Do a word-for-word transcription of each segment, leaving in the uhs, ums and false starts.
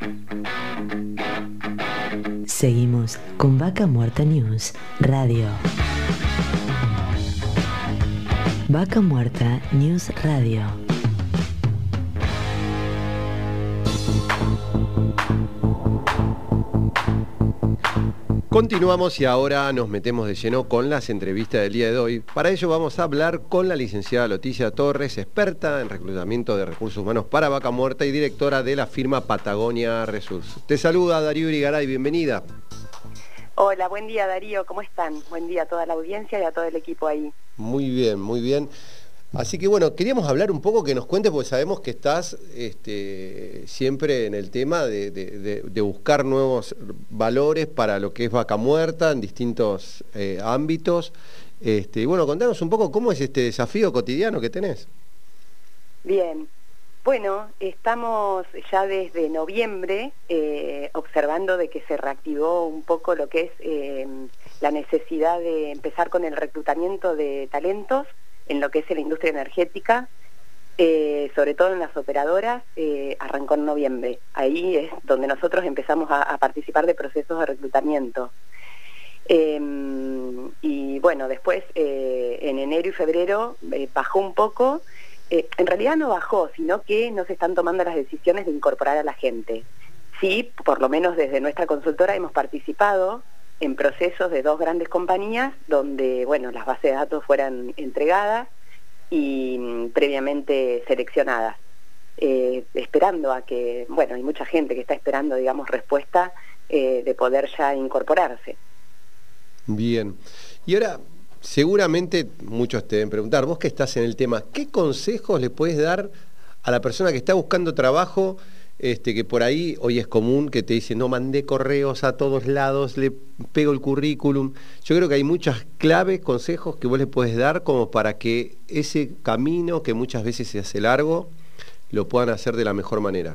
Seguimos con Vaca Muerta News Radio. Vaca Muerta News Radio. Continuamos y ahora nos metemos de lleno con las entrevistas del día de hoy. Para ello vamos a hablar con la licenciada Leticia Torres, experta en reclutamiento de recursos humanos para Vaca Muerta y directora de la firma Patagonia Resource. Te saluda Darío Irigaray, bienvenida. Hola, buen día Darío, ¿cómo están? Buen día a toda la audiencia y a todo el equipo ahí. Muy bien, muy bien. Así que bueno, queríamos hablar un poco, que nos cuentes, porque sabemos que estás este, siempre en el tema de, de, de, de buscar nuevos valores para lo que es Vaca Muerta en distintos eh, ámbitos. Este, y bueno, contanos un poco cómo es este desafío cotidiano que tenés. Bien, bueno, estamos ya desde noviembre eh, observando de que se reactivó un poco lo que es eh, la necesidad de empezar con el reclutamiento de talentos en lo que es la industria energética, eh, sobre todo en las operadoras, eh, arrancó en noviembre. Ahí es donde nosotros empezamos a, a participar de procesos de reclutamiento. Eh, y bueno, después eh, en enero y febrero eh, bajó un poco. Eh, en realidad no bajó, sino que no se están tomando las decisiones de incorporar a la gente. Sí, por lo menos desde nuestra consultora hemos participado en procesos de dos grandes compañías donde, bueno, las bases de datos fueran entregadas y mm, previamente seleccionadas, eh, esperando a que, bueno, hay mucha gente que está esperando, digamos, respuesta eh, de poder ya incorporarse. Bien. Y ahora, seguramente muchos te deben preguntar, vos que estás en el tema, ¿qué consejos le puedes dar a la persona que está buscando trabajo? Este, que por ahí hoy es común que te dicen, no, mandé correos a todos lados, le pego el currículum. Yo creo que hay muchas claves, consejos que vos le puedes dar como para que ese camino, que muchas veces se hace largo, lo puedan hacer de la mejor manera.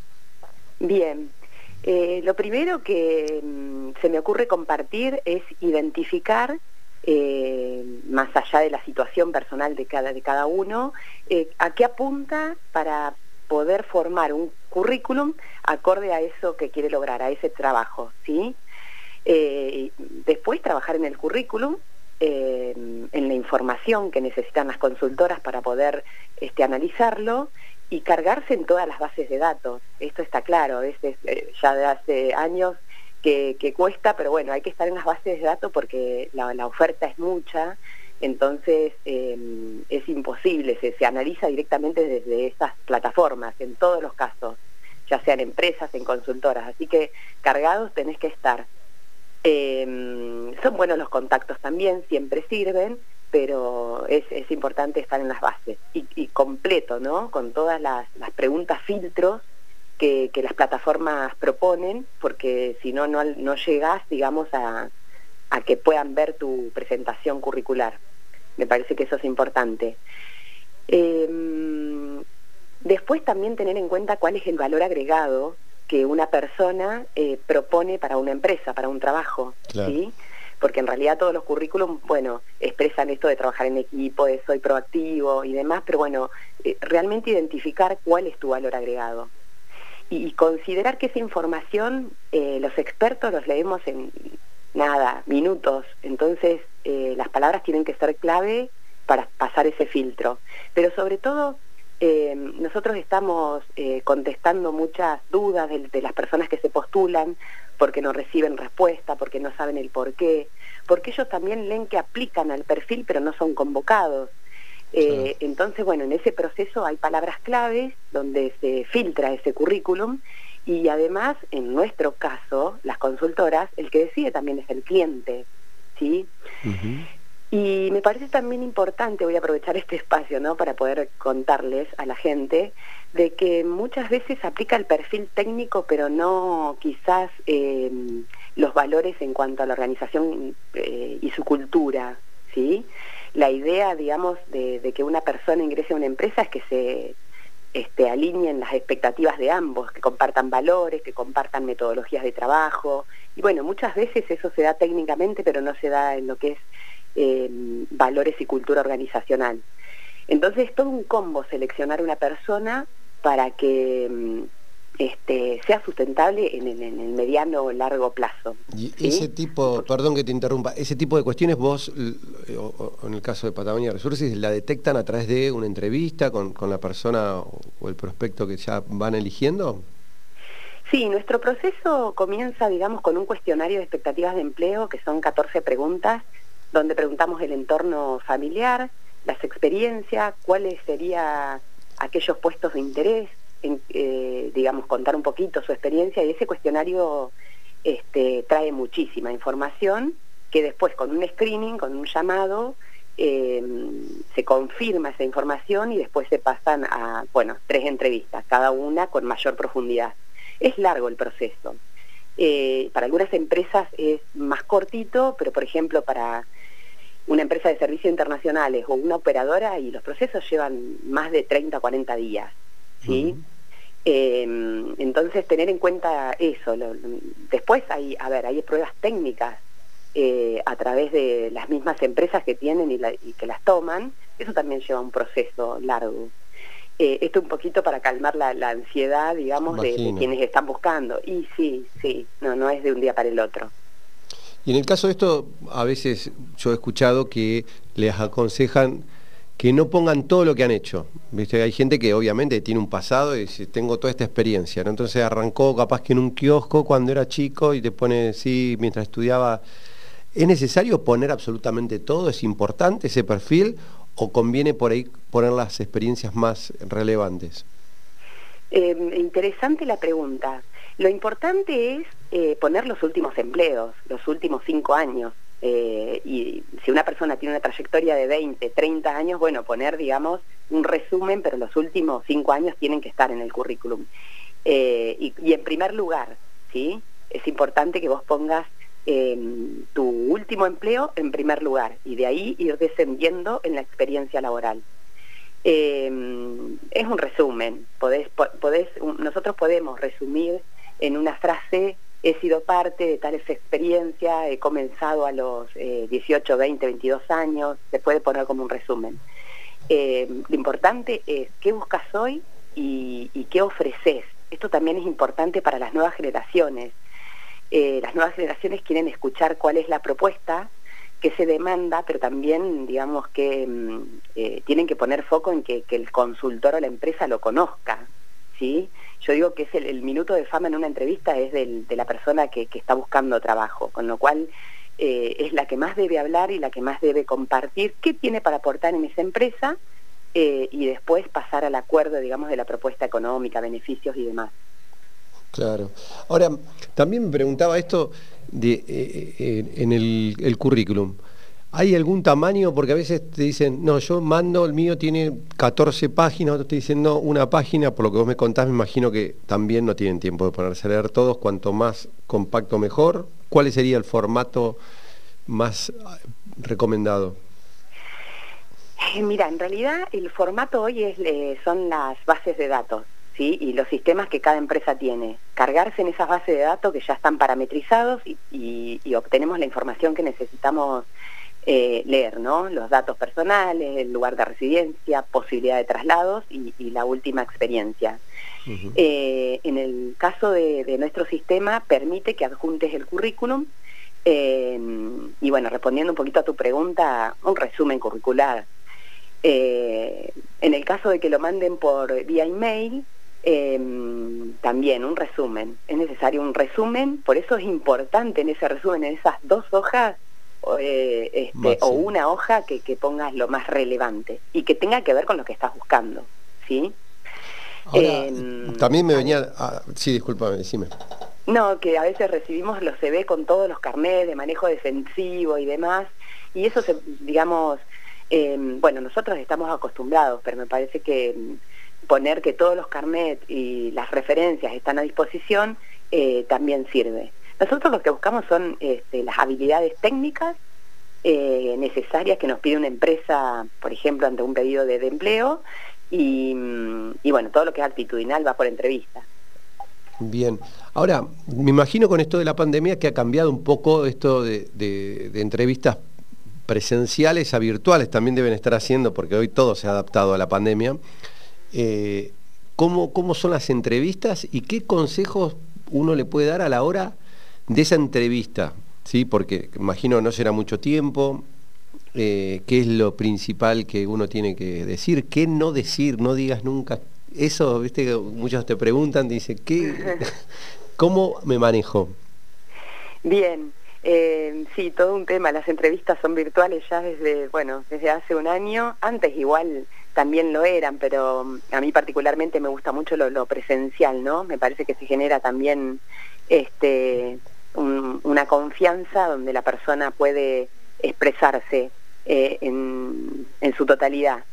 Bien, eh, lo primero que mm, se me ocurre compartir es identificar, eh, más allá de la situación personal de cada, de cada uno, eh, a qué apunta para poder formar un currículum acorde a eso que quiere lograr, a ese trabajo, ¿sí? Eh, después trabajar en el currículum, eh, en la información que necesitan las consultoras para poder este, analizarlo y cargarse en todas las bases de datos. Esto está claro, a veces eh, ya de hace años que, que cuesta, pero bueno, hay que estar en las bases de datos porque la, la oferta es mucha. Entonces eh, es imposible, se, se analiza directamente desde estas plataformas, en todos los casos, ya sean empresas, en consultoras, así que cargados tenés que estar. Eh, son buenos los contactos también, siempre sirven, pero es, es importante estar en las bases, y, y completo, ¿no? Con todas las, las preguntas filtros que, que las plataformas proponen, porque si no, no, no llegás, digamos, a, a que puedan ver tu presentación curricular. Me parece que eso es importante. Eh, después también tener en cuenta cuál es el valor agregado que una persona eh, propone para una empresa, para un trabajo, claro. ¿Sí? Porque en realidad todos los currículums, bueno, expresan esto de trabajar en equipo, de soy proactivo y demás, pero bueno, eh, realmente identificar cuál es tu valor agregado. Y, y considerar que esa información, eh, los expertos los leemos en nada, minutos, entonces eh, las palabras tienen que ser clave para pasar ese filtro. Pero sobre todo, eh, nosotros estamos eh, contestando muchas dudas de, de las personas que se postulan, porque no reciben respuesta, porque no saben el por qué, porque ellos también leen que aplican al perfil, pero no son convocados. Eh, sí. Entonces, bueno, en ese proceso hay palabras claves donde se filtra ese currículum. Y además, en nuestro caso, las consultoras, el que decide también es el cliente, ¿sí? Uh-huh. Y me parece también importante, voy a aprovechar este espacio, ¿no?, para poder contarles a la gente, de que muchas veces aplica el perfil técnico, pero no quizás eh, los valores en cuanto a la organización eh, y su cultura, ¿sí? La idea, digamos, de, de que una persona ingrese a una empresa es que se Este, alineen las expectativas de ambos, que compartan valores, que compartan metodologías de trabajo, y bueno, muchas veces eso se da técnicamente, pero no se da en lo que es eh, valores y cultura organizacional. Entonces es todo un combo seleccionar una persona para que este, sea sustentable en el, en el mediano o largo plazo. Y ¿sí? ese tipo, perdón que te interrumpa, ese tipo de cuestiones vos, o, o en el caso de Patagonia Resources, la detectan a través de una entrevista con, con la persona o el prospecto que ya van eligiendo. Sí, nuestro proceso comienza, digamos, con un cuestionario de expectativas de empleo, que son catorce preguntas, donde preguntamos el entorno familiar, las experiencias, cuáles serían aquellos puestos de interés, en, eh, digamos, contar un poquito su experiencia, y ese cuestionario este, trae muchísima información que después con un screening, con un llamado, eh, se confirma esa información y después se pasan a, bueno, tres entrevistas, cada una con mayor profundidad. Es largo el proceso. Eh, para algunas empresas es más cortito, pero por ejemplo para una empresa de servicios internacionales o una operadora, y los procesos llevan más de treinta, cuarenta días, ¿sí? Uh-huh. Eh, entonces tener en cuenta eso. Lo, después hay, a ver, hay pruebas técnicas eh, a través de las mismas empresas que tienen y, la, y que las toman. Eso también lleva un proceso largo. Eh, esto un poquito para calmar la, la ansiedad, digamos, de, de quienes están buscando. Y sí, sí, no, no es de un día para el otro. Y en el caso de esto, a veces yo he escuchado que les aconsejan que no pongan todo lo que han hecho. ¿Viste? Hay gente que obviamente tiene un pasado y dice, tengo toda esta experiencia, ¿no? Entonces arrancó capaz que en un kiosco cuando era chico y te pone, sí, mientras estudiaba. ¿Es necesario poner absolutamente todo? ¿Es importante ese perfil? ¿O conviene por ahí poner las experiencias más relevantes? Eh, interesante la pregunta. Lo importante es eh, poner los últimos empleos, los últimos cinco años. Eh, y si una persona tiene una trayectoria de veinte, treinta años, bueno, poner, digamos, un resumen, pero los últimos cinco años tienen que estar en el currículum. Eh, y, y en primer lugar, ¿sí? Es importante que vos pongas eh, tu último empleo en primer lugar y de ahí ir descendiendo en la experiencia laboral. Eh, es un resumen, podés, podés, nosotros podemos resumir en una frase: he sido parte de tal experiencia, he comenzado a los eh, dieciocho, veinte, veintidós años, se puede poner como un resumen. Eh, lo importante es qué buscas hoy y, y qué ofreces. Esto también es importante para las nuevas generaciones. Eh, las nuevas generaciones quieren escuchar cuál es la propuesta que se demanda, pero también, digamos, que eh, tienen que poner foco en que, que el consultor o la empresa lo conozca, ¿sí? Yo digo que es el, el minuto de fama en una entrevista es del, de la persona que, que está buscando trabajo, con lo cual eh, es la que más debe hablar y la que más debe compartir qué tiene para aportar en esa empresa eh, y después pasar al acuerdo, digamos, de la propuesta económica, beneficios y demás. Claro. Ahora, también me preguntaba esto de, eh, eh, en el, el currículum. ¿Hay algún tamaño? Porque a veces te dicen, no, yo mando, el mío tiene catorce páginas, otros te dicen, no, una página. Por lo que vos me contás, me imagino que también no tienen tiempo de ponerse a leer todos. Cuanto más compacto, mejor. ¿Cuál sería el formato más recomendado? Eh, mira, en realidad el formato hoy es, eh, son las bases de datos, ¿sí? Y los sistemas que cada empresa tiene. Cargarse en esas bases de datos que ya están parametrizados y, y, y obtenemos la información que necesitamos Eh, leer, ¿no? Los datos personales, el lugar de residencia, posibilidad de traslados y, y la última experiencia. Uh-huh. eh, en el caso de, de nuestro sistema permite que adjuntes el currículum eh, y bueno, respondiendo un poquito a tu pregunta, un resumen curricular. Eh, en el caso de que lo manden por vía email, eh, también un resumen. Es necesario un resumen, por eso es importante en ese resumen, en esas dos hojas, O, eh, este, o una hoja que, que pongas lo más relevante y que tenga que ver con lo que estás buscando, ¿sí? Ahora, eh, también me venía... Ah, sí, discúlpame, decime. No, que a veces recibimos los C V con todos los carnets de manejo defensivo y demás, y eso, se, digamos, eh, bueno, nosotros estamos acostumbrados, pero me parece que poner que todos los carnets y las referencias están a disposición eh, también sirve. Nosotros lo que buscamos son este, las habilidades técnicas eh, necesarias que nos pide una empresa, por ejemplo, ante un pedido de, de empleo, y, y bueno, todo lo que es actitudinal va por entrevista. Bien. Ahora, me imagino con esto de la pandemia que ha cambiado un poco esto de, de, de entrevistas presenciales a virtuales, también deben estar haciendo, porque hoy todo se ha adaptado a la pandemia. Eh, cómo, cómo son las entrevistas y qué consejos uno le puede dar a la hora de esa entrevista, ¿sí? Porque imagino no será mucho tiempo, eh, qué es lo principal que uno tiene que decir, qué no decir, no digas nunca. Eso, viste, que muchos te preguntan, dicen, ¿qué, ¿cómo me manejo? Bien, eh, sí, todo un tema. Las entrevistas son virtuales ya desde, bueno, desde hace un año. Antes igual también lo eran, pero a mí particularmente me gusta mucho lo, lo presencial, ¿no? Me parece que se genera también este, un, una confianza donde la persona puede expresarse eh, en, en su totalidad.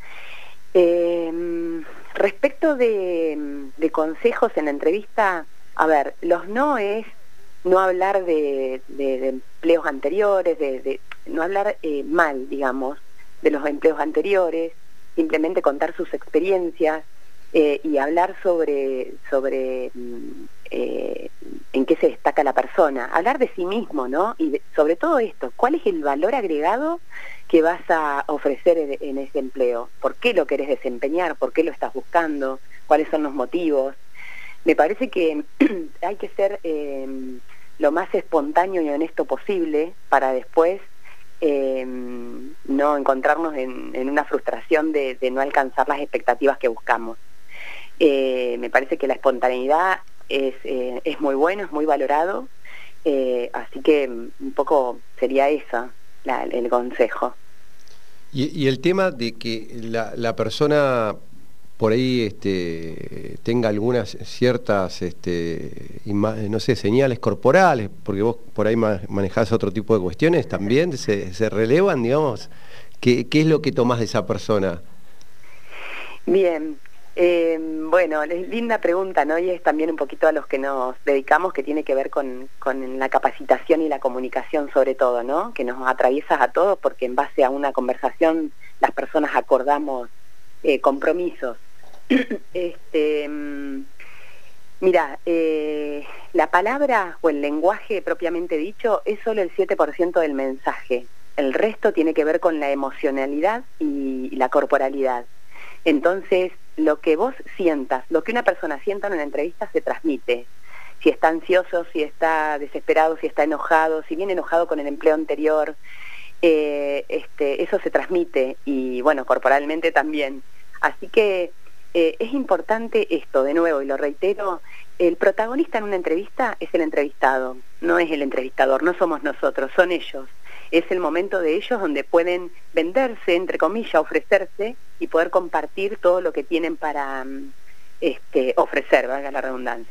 Eh, respecto de, de consejos en la entrevista, a ver, los no es no hablar de, de, de empleos anteriores, de, de no hablar eh, mal, digamos, de los empleos anteriores, simplemente contar sus experiencias eh, y hablar sobre, sobre eh, en qué se destaca la persona, hablar de sí mismo, ¿no? Y de, sobre todo esto, ¿cuál es el valor agregado que vas a ofrecer en, en ese empleo? ¿Por qué lo querés desempeñar? ¿Por qué lo estás buscando? ¿Cuáles son los motivos? Me parece que hay que ser eh, lo más espontáneo y honesto posible para después eh, no encontrarnos en, en una frustración de, de no alcanzar las expectativas que buscamos. Eh, me parece que la espontaneidad es, eh, es muy bueno, es muy valorado, eh, así que un poco sería esa la, el consejo. Y, y el tema de que la, la persona por ahí este, tenga algunas ciertas, este, no sé, señales corporales, porque vos por ahí manejás otro tipo de cuestiones, también se, se relevan, digamos, ¿qué, qué es lo que tomás de esa persona? Bien, eh, bueno, es linda pregunta, ¿no? Y es también un poquito a los que nos dedicamos, que tiene que ver con, con la capacitación y la comunicación sobre todo, ¿no? Que nos atraviesa a todos, porque en base a una conversación las personas acordamos eh, compromisos. Este, mira, eh, la palabra o el lenguaje propiamente dicho es solo el siete por ciento del mensaje. El resto tiene que ver con la emocionalidad y la corporalidad. Entonces, lo que vos sientas, lo que una persona sienta en una entrevista se transmite. Si está ansioso, si está desesperado, si está enojado, si viene enojado con el empleo anterior, eh, este, eso se transmite y, bueno, corporalmente también. Así que Eh, es importante esto, de nuevo, y lo reitero, el protagonista en una entrevista es el entrevistado, no es el entrevistador, no somos nosotros, son ellos. Es el momento de ellos donde pueden venderse, entre comillas, ofrecerse y poder compartir todo lo que tienen para este, ofrecer, valga la redundancia.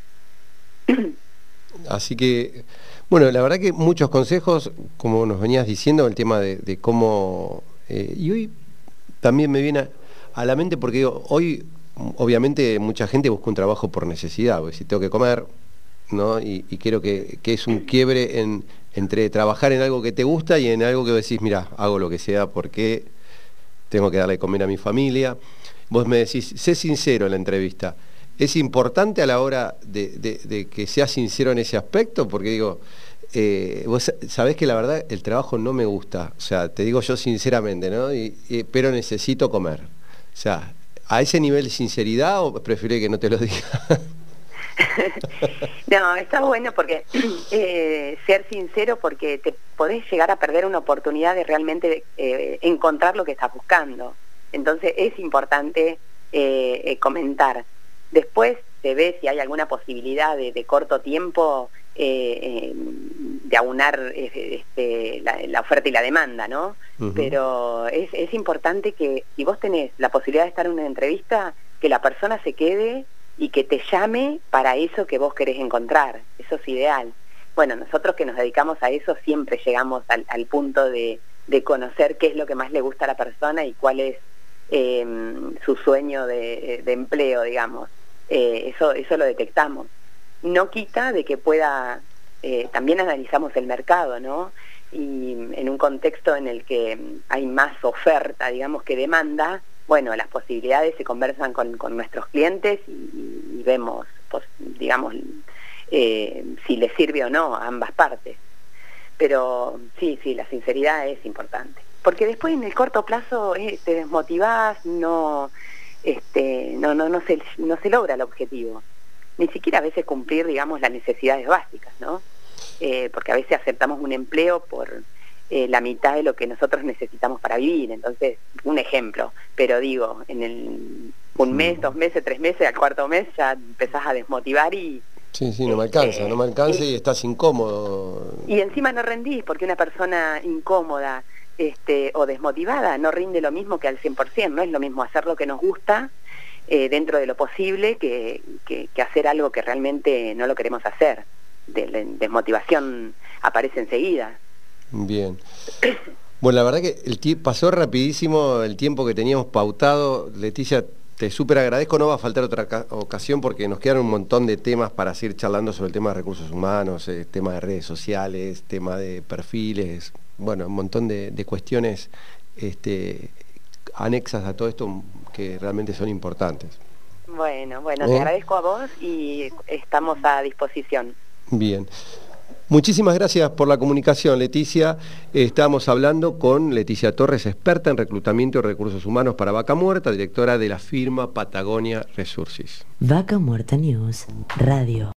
Así que, bueno, la verdad que muchos consejos, como nos venías diciendo, el tema de, de cómo... Eh, y hoy también me viene a, a la mente, porque digo, hoy... obviamente mucha gente busca un trabajo por necesidad, porque si tengo que comer, ¿no? Y, y creo que, que es un quiebre en, entre trabajar en algo que te gusta y en algo que decís, mira, hago lo que sea porque tengo que darle de comer a mi familia. Vos me decís, sé sincero en la entrevista. ¿Es importante a la hora de, de, de que seas sincero en ese aspecto? Porque digo, eh, vos sabés que la verdad el trabajo no me gusta, o sea, te digo yo sinceramente, ¿no? Y, y, pero necesito comer. O sea, ¿a ese nivel de sinceridad o prefieres que no te lo diga? No, está bueno porque eh, ser sincero, porque te podés llegar a perder una oportunidad de realmente eh, encontrar lo que estás buscando. Entonces es importante eh, eh, comentar. Después se ve si hay alguna posibilidad de, de corto tiempo eh, eh, de aunar eh, este, la, la oferta y la demanda, ¿no? Uh-huh. Pero es, es importante que si vos tenés la posibilidad de estar en una entrevista, que la persona se quede y que te llame para eso que vos querés encontrar. Eso es ideal. Bueno, nosotros que nos dedicamos a eso siempre llegamos al, al punto de, de conocer qué es lo que más le gusta a la persona y cuál es eh, su sueño de, de empleo, digamos. Eh, eso, eso lo detectamos. No quita de que pueda, eh, también analizamos el mercado, ¿no? Y en un contexto en el que hay más oferta, digamos, que demanda, bueno, las posibilidades se conversan con, con nuestros clientes y, y vemos, pues, digamos, eh, si les sirve o no a ambas partes. Pero sí, sí, la sinceridad es importante. Porque después en el corto plazo eh, te desmotivás, no, este, no, no, no se, no se logra el objetivo. Ni siquiera a veces cumplir, digamos, las necesidades básicas, ¿no? Eh, porque a veces aceptamos un empleo por eh, la mitad de lo que nosotros necesitamos para vivir. Entonces, un ejemplo, pero digo, en el un mes, dos meses, tres meses, al cuarto mes ya empezás a desmotivar y... Sí, sí, no me alcanza, eh, no me alcanza y estás incómodo. Y encima no rendís, porque una persona incómoda este, o desmotivada no rinde lo mismo que al cien por ciento, no es lo mismo hacer lo que nos gusta eh, dentro de lo posible que, que, que hacer algo que realmente no lo queremos hacer. De, de, desmotivación aparece enseguida. Bien. Bueno, la verdad que el pasó rapidísimo el tiempo que teníamos pautado. Leticia, te súper agradezco, no va a faltar otra ocasión porque nos quedan un montón de temas para seguir charlando sobre el tema de recursos humanos, eh, tema de redes sociales, tema de perfiles, bueno, un montón de, de cuestiones este, anexas a todo esto que realmente son importantes. Bueno, bueno, ¿Eh? Te agradezco a vos y estamos a disposición. Bien. Muchísimas gracias por la comunicación, Leticia. Estamos hablando con Leticia Torres, experta en reclutamiento y recursos humanos para Vaca Muerta, directora de la firma Patagonia Resources. Vaca Muerta News Radio.